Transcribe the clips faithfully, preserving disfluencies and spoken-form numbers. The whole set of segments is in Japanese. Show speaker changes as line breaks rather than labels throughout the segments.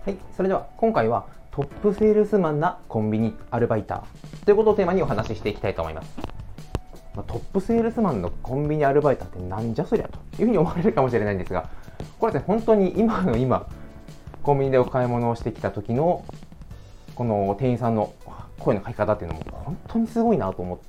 はい、それでは今回はトップセールスマンなコンビニアルバイターということをテーマにお話ししていきたいと思います。まあ、トップセールスマンのコンビニアルバイターってなんじゃそりゃというふうに思われるかもしれないんですが、これはですね、本当に今の今コンビニでお買い物をしてきた時のこの店員さんの声の書き方っていうのも本当にすごいなと思って、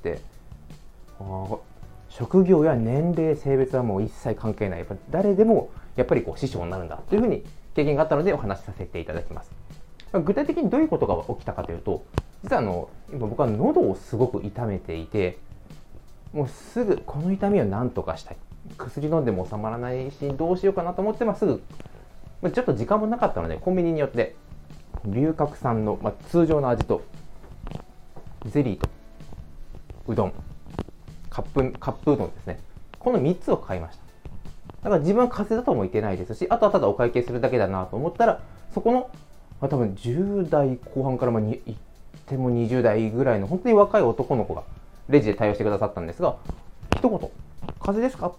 職業や年齢性別はもう一切関係ない、やっぱ誰でもやっぱりこう師匠になるんだというふうに経験があったのでお話しさせていただきます。具体的にどういうことが起きたかというと、実はあの今僕は喉をすごく痛めていて、もうすぐこの痛みを何とかしたい、薬飲んでも収まらないしどうしようかなと思って、まあ、すぐちょっと時間もなかったのでコンビニによって龍角散の、まあ、通常の味とゼリーとうどん、カップカップうどんですね、このみっつを買いました。だから自分は風邪だとも言ってないですし、あとはただお会計するだけだなと思ったら、そこの、まあ、多分じゅう代後半からまあにいってもにじゅう代ぐらいの本当に若い男の子がレジで対応してくださったんですが、一言風邪ですか、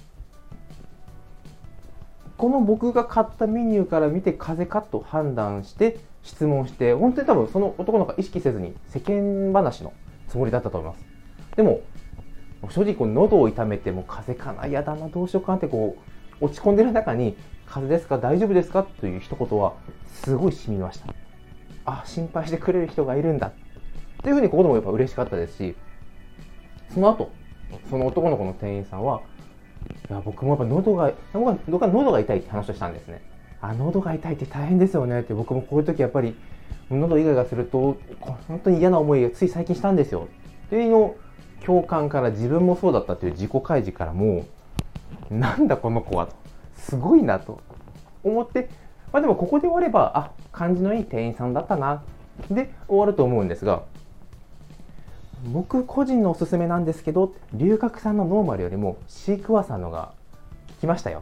この僕が買ったメニューから見て風邪かと判断して質問して、本当に多分その男の子が意識せずに世間話のつもりだったと思います。でも正直こう喉を痛めても風邪かな、嫌だな、どうしようかなってこう落ち込んでる中に風邪ですか、大丈夫ですかという一言はすごい染みました。あ、心配してくれる人がいるんだというふうにここでもやっぱ嬉しかったですし、その後その男の子の店員さんは、いや僕もやっぱ喉が僕は喉が痛いって話をしたんですね。あ、喉が痛いって大変ですよねって、僕もこういう時やっぱり喉イガイガすると本当に嫌な思いがつい最近したんですよっていうのを共感から、自分もそうだったという自己開示からもうなんだこの子はと、すごいなと思って、まあ、でもここで終わればあ、感じのいい店員さんだったなで終わると思うんですが、僕個人のおすすめなんですけど、龍角散のノーマルよりもシークワーサーのが効きましたよ。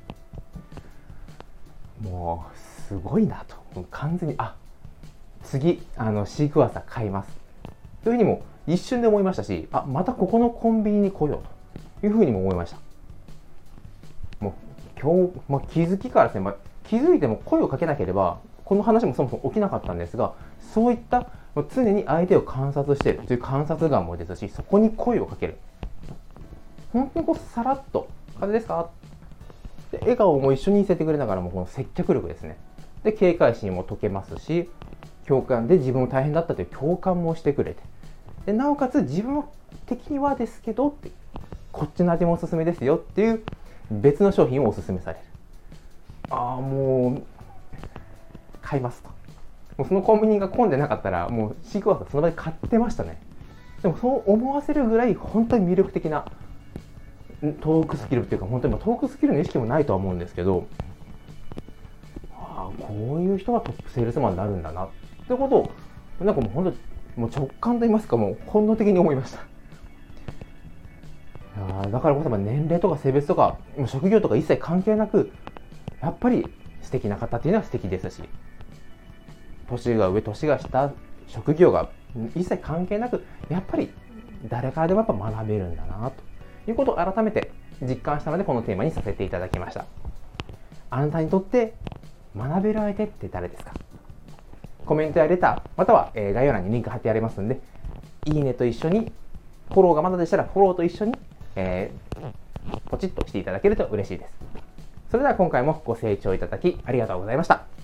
もうすごいなと、完全にあ、次あのシークワーサー買いますというふうにも一瞬で思いましたし、あ、またここのコンビニに来ようというふうにも思いました。もう今日、まあ、気づきからですね、まあ、気づいても声をかけなければこの話もそもそも起きなかったんですが、そういった常に相手を観察しているという観察眼もですし、そこに声をかける、本当にこうさらっと風邪ですかで笑顔も一緒に見せてくれながらも、この接客力ですね、で警戒心も解けますし、共感で自分も大変だったという共感もしてくれて、でなおかつ自分的にはですけどってこっちの味もおすすめですよっていう別の商品をおすすめされる。ああ、もう買いますと。もうそのコンビニが混んでなかったらもうシークワーサーその場で買ってましたね。でもそう思わせるぐらい本当に魅力的なトークスキルっていうか、本当にトークスキルの意識もないとは思うんですけど、ああ、こういう人がトップセールスマンになるんだなってことを、なんかもう本当にもう直感といいますか、もう本能的に思いました。いやだからこそ年齢とか性別とか職業とか一切関係なく、やっぱり素敵な方っていうのは素敵ですし、年が上年が下職業が一切関係なく、やっぱり誰からでもやっぱ学べるんだなということを改めて実感したので、このテーマにさせていただきました。あなたにとって学べる相手って誰ですか？コメントやレター、または概要欄にリンク貼ってありますので、いいねと一緒に、フォローがまだでしたらフォローと一緒に、えー、ポチッとしていただけると嬉しいです。それでは今回もご清聴いただきありがとうございました。